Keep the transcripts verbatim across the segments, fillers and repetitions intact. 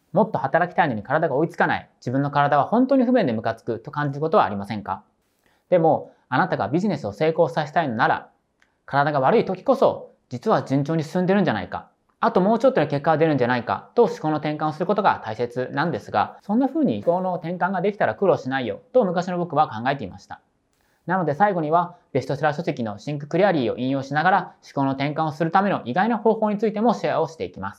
もっと働きたいのに体が追いつかない、自分の体は本当に不便でムカつくと感じることはありませんか？でも、あなたがビジネスを成功させたいのなら、体が悪い時こそ、実は順調に進んでるんじゃないか、あともうちょっとの結果が出るんじゃないかと思考の転換をすることが大切なんですが、そんな風に思考の転換ができたら苦労しないよと昔の僕は考えていました。なので最後にはベストセラー書籍のシンククリアリーを引用しながら思考の転換をするための意外な方法についてもシェアをしていきます。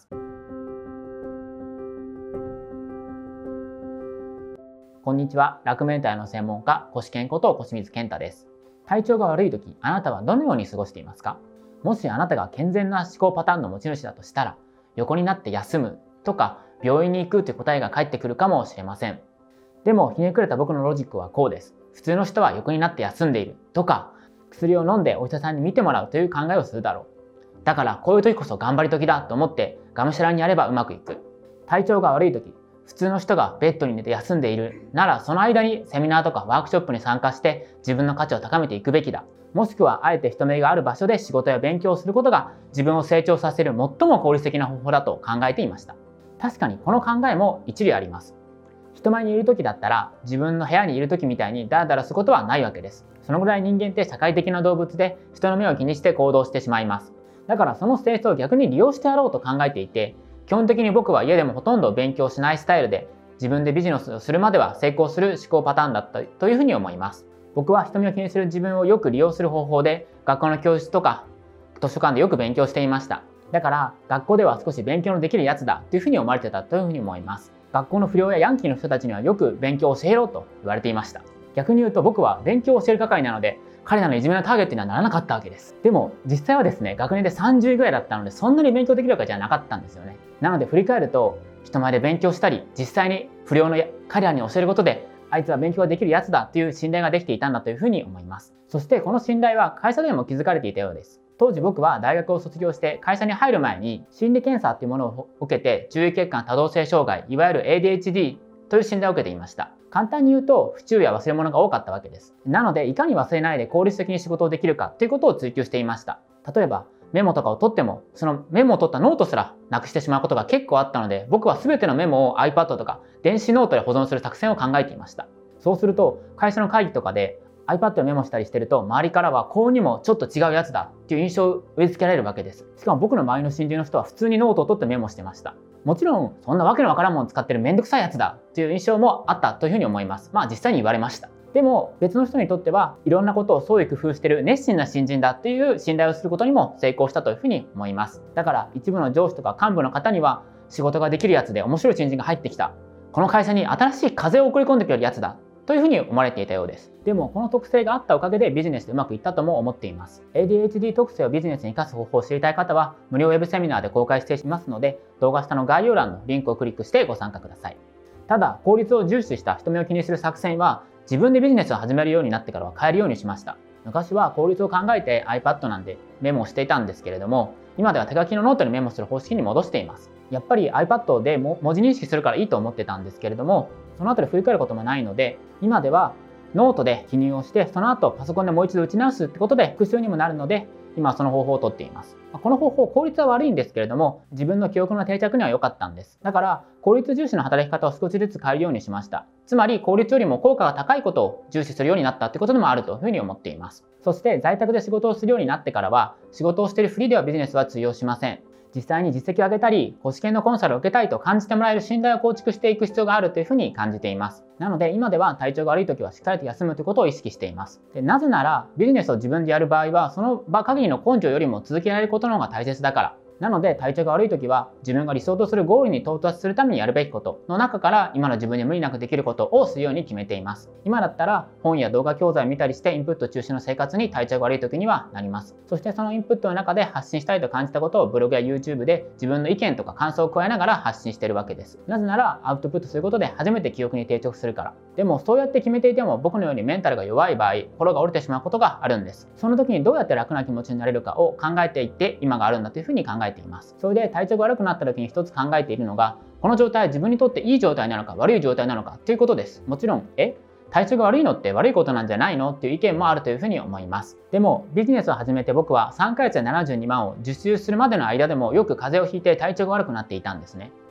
こんにちは。楽メンターの専門家、腰健こと腰水健太です。体調が悪い時、あなたはどのように過ごしていますか？もしあなたが健全な思考パターンの持ち主だとしたら、横になって休むとか病院に行くという答えが返ってくるかもしれません。でもひねくれた僕のロジックはこうです。普通の人は横になって休んでいるとか、薬を飲んでお医者さんに診てもらうという考えをするだろう。だからこういう時こそ頑張り時だと思ってがむしゃらにやればうまくいく。体調が悪い時、普通の人がベッドに寝て休んでいるなら、その間にセミナーとかワークショップに参加して自分の価値を高めていくべきだ。もしくはあえて人目がある場所で仕事や勉強をすることが自分を成長させる最も効率的な方法だと考えていました。確かにこの考えも一理あります。人前にいる時だったら自分の部屋にいる時みたいにダラダラすることはないわけです。そのぐらい人間って社会的な動物で人の目を気にして行動してしまいます。だからその性質を逆に利用してやろうと考えていて、基本的に僕は家でもほとんど勉強しないスタイルで、自分でビジネスをするまでは成功する思考パターンだったというふうに思います。僕は人目を気にする自分をよく利用する方法で、学校の教室とか図書館でよく勉強していました。だから学校では少し勉強のできるやつだというふうに思われてたというふうに思います。学校の不良やヤンキーの人たちにはよく勉強を教えろと言われていました。逆に言うと僕は勉強を教える係なので、彼らのいじめのターゲットにはならなかったわけです。でも実際はですね、学年でさんじゅういぐらいだったので、そんなに勉強できるわけじゃなかったんですよね。なので振り返ると、人前で勉強したり、実際に不良の彼らに教えることで、あいつは勉強ができるやつだという信頼ができていたんだというふうに思います。そしてこの信頼は会社でも築かれていたようです。当時僕は大学を卒業して会社に入る前に心理検査というものを受けて、注意欠陥多動性障害、いわゆる エーディーエイチディー という診断を受けていました。簡単に言うと不注意や忘れ物が多かったわけです。なのでいかに忘れないで効率的に仕事をできるかということを追求していました。例えばメモとかを取っても、そのメモを取ったノートすらなくしてしまうことが結構あったので、僕は全てのメモを iPad とか電子ノートで保存する作戦を考えていました。そうすると会社の会議とかで iPad でメモしたりしてると、周りからはこうにもちょっと違うやつだっていう印象を植え付けられるわけです。しかも僕の周りの新人の人は普通にノートを取ってメモしてました。もちろんそんなわけのわからんものを使ってるめんどくさいやつだっていう印象もあったというふうに思います。まあ実際に言われました。でも別の人にとってはいろんなことを創意工夫している熱心な新人だという信頼をすることにも成功したというふうに思います。だから一部の上司とか幹部の方には、仕事ができるやつで面白い新人が入ってきた、この会社に新しい風を送り込んでくれるやつだというふうに思われていたようです。でもこの特性があったおかげでビジネスでうまくいったとも思っています。 エーディーエイチディー 特性をビジネスに生かす方法を知りたい方は無料ウェブセミナーで公開していますので、動画下の概要欄のリンクをクリックしてご参加ください。ただ効率を重視した人目を気にする作戦は自分でビジネスを始めるようになってからは変えるようにしました。昔は効率を考えて iPad なんでメモをしていたんですけれども、今では手書きのノートにメモする方式に戻しています。やっぱり iPad でも文字認識するからいいと思ってたんですけれども、その後で振り返ることもないので、今ではノートで記入をして、その後パソコンでもう一度打ち直すってことで復習にもなるので、今はその方法をとっています。この方法、効率は悪いんですけれども、自分の記憶の定着には良かったんです。だから効率重視の働き方を少しずつ変えるようにしました。つまり効率よりも効果が高いことを重視するようになったってことでもあるというふうに思っています。そして在宅で仕事をするようになってからは、仕事をしているふりではビジネスは通用しません。実際に実績を上げたり、腰系のコンサルを受けたいと感じてもらえる信頼を構築していく必要があるというふうに感じています。なので今では体調が悪い時はしっかりと休むということを意識しています。でなぜならビジネスを自分でやる場合は、その場限りの根性よりも続けられることの方が大切だから。なので体調が悪い時は自分が理想とするゴールに到達するためにやるべきことの中から今の自分に無理なくできることをするように決めています。今だったら本や動画教材を見たりしてインプット中心の生活に体調が悪い時にはなります。そしてそのインプットの中で発信したいと感じたことをブログや YouTube で自分の意見とか感想を加えながら発信しているわけです。なぜならアウトプットすることで初めて記憶に定着するから。でもそうやって決めていても僕のようにメンタルが弱い場合、心が折れてしまうことがあるんです。その時にどうやって楽な気持ちになれるかを考えていって今があるんだというふうに考えています。それで体調が悪くなった時に一つ考えているのが、この状態は自分にとっていい状態なのか悪い状態なのかということです。もちろんえ体調が悪いのって悪いことなんじゃないのっていう意見もあるというふうに思います。でもビジネスを始めて僕はさんかげつでななじゅうにまんを受注するまでの間でもよく風邪をひいて体調が悪くなっていたんですね。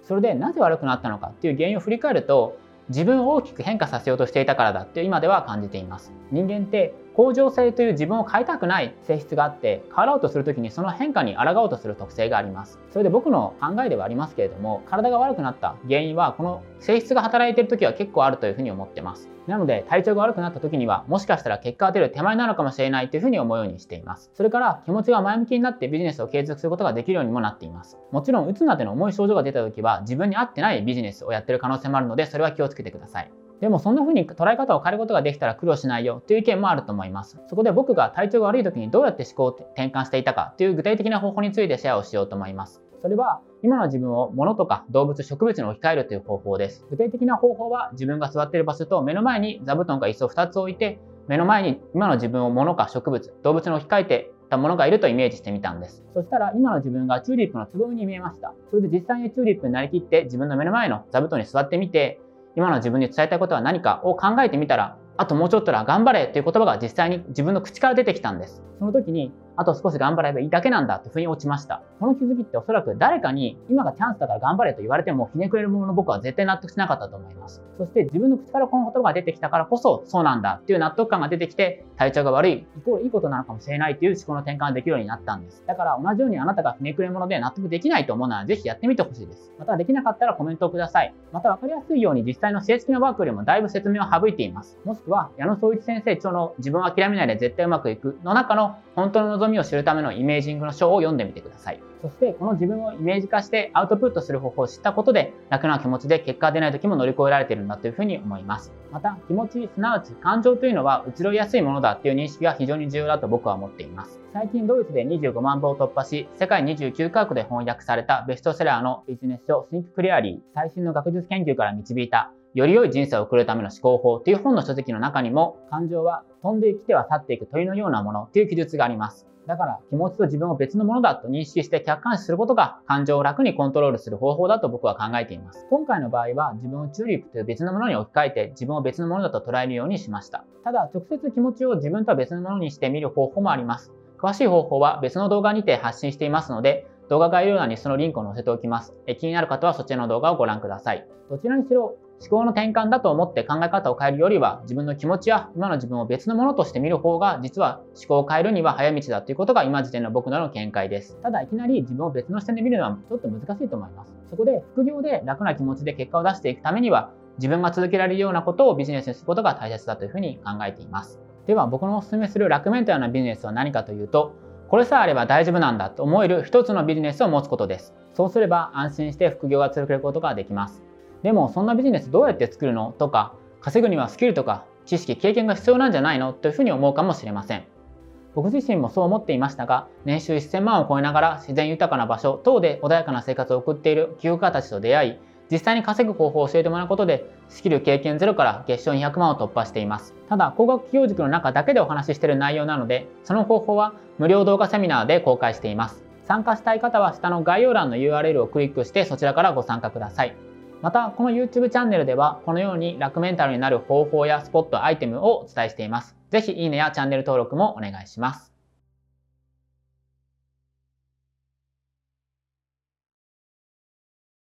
それでなぜ悪くなったのかっていう原因を振り返ると、自分を大きく変化させようとしていたからだって今では感じています。人間って向上性という自分を変えたくない性質があって、変わろうとするときにその変化に抗おうとする特性があります。それで僕の考えではありますけれども、体が悪くなった原因はこの性質が働いているときは結構あるというふうに思ってます。なので体調が悪くなった時にはもしかしたら結果が出る手前なのかもしれないというふうに思うようにしています。それから気持ちが前向きになってビジネスを継続することができるようにもなっています。もちろんうつなどの重い症状が出た時は自分に合ってないビジネスをやっている可能性もあるので、それは気をつけてください。でもそんな風に捉え方を変えることができたら苦労しないよという意見もあると思います。そこで僕が体調が悪い時にどうやって思考を転換していたかという具体的な方法についてシェアをしようと思います。それは今の自分を物とか動物、植物に置き換えるという方法です。具体的な方法は自分が座っている場所と目の前に座布団か椅子をふたつ置いて、目の前に今の自分を物か植物、動物に置き換えてたものがいるとイメージしてみたんです。そしたら今の自分がチューリップのつぼみに見えました。それで実際にチューリップになりきって自分の目の前の座布団に座ってみて、今の自分に伝えたいことは何かを考えてみたら、あともうちょっとだ頑張れという言葉が実際に自分の口から出てきたんです。その時にあと少し頑張ればいいだけなんだと腑に落ちました。この気づきっておそらく誰かに今がチャンスだから頑張れと言われてもひねくれるものの僕は絶対納得しなかったと思います。そして自分の口からこの言葉が出てきたからこそそうなんだっていう納得感が出てきて、体調が悪いイコールいいことなのかもしれないという思考の転換ができるようになったんです。だから同じようにあなたがひねくれ者で納得できないと思うならぜひやってみてほしいです。またできなかったらコメントをください。また分かりやすいように実際の正式なワークよりもだいぶ説明を省いています。もしくは矢野総一先生著の自分を諦めないで絶対うまくいくの中の本当の望みを知るためのイメージングの書を読んでみてください。そしてこの自分をイメージ化してアウトプットする方法を知ったことで楽な気持ちで結果が出ない時も乗り越えられているんだというふうに思います。また気持ち、すなわち感情というのは移ろいやすいものだという認識が非常に重要だと僕は思っています。最近ドイツでにじゅうごまんぶを突破し、世界にじゅうきゅうカ国で翻訳されたベストセラーのビジネス書シンククリアリー、最新の学術研究から導いたより良い人生を送るための思考法という本の書籍の中にも、感情は飛んできては去っていく鳥のようなものという記述があります。だから気持ちと自分を別のものだと認識して客観視することが感情を楽にコントロールする方法だと僕は考えています。今回の場合は自分をチューリップという別のものに置き換えて自分を別のものだと捉えるようにしました。ただ直接気持ちを自分とは別のものにしてみる方法もあります。詳しい方法は別の動画にて発信していますので、動画概要欄にそのリンクを載せておきます。え気になる方はそちらの動画をご覧ください。どちらにしろ思考の転換だと思って考え方を変えるよりは、自分の気持ちや今の自分を別のものとして見る方が実は思考を変えるには早道だということが今時点の僕の見解です。ただいきなり自分を別の視点で見るのはちょっと難しいと思います。そこで副業で楽な気持ちで結果を出していくためには、自分が続けられるようなことをビジネスにすることが大切だというふうに考えています。では僕のお勧めする楽メンターなビジネスは何かというと、これさえあれば大丈夫なんだと思える一つのビジネスを持つことです。そうすれば安心して副業が続けることができます。でもそんなビジネスどうやって作るのとか、稼ぐにはスキルとか知識、経験が必要なんじゃないのというふうに思うかもしれません。僕自身もそう思っていましたが、年収せんまんを超えながら自然豊かな場所等で穏やかな生活を送っている起業家たちと出会い、実際に稼ぐ方法を教えてもらうことで、スキル経験ゼロから月賞にひゃくまんを突破しています。ただ、高額企業塾の中だけでお話ししている内容なので、その方法は無料動画セミナーで公開しています。参加したい方は下の概要欄の ユーアールエル をクリックしてそちらからご参加ください。また、この YouTube チャンネルでは、このように楽メンタルになる方法やスポット、アイテムをお伝えしています。ぜひいいねやチャンネル登録もお願いします。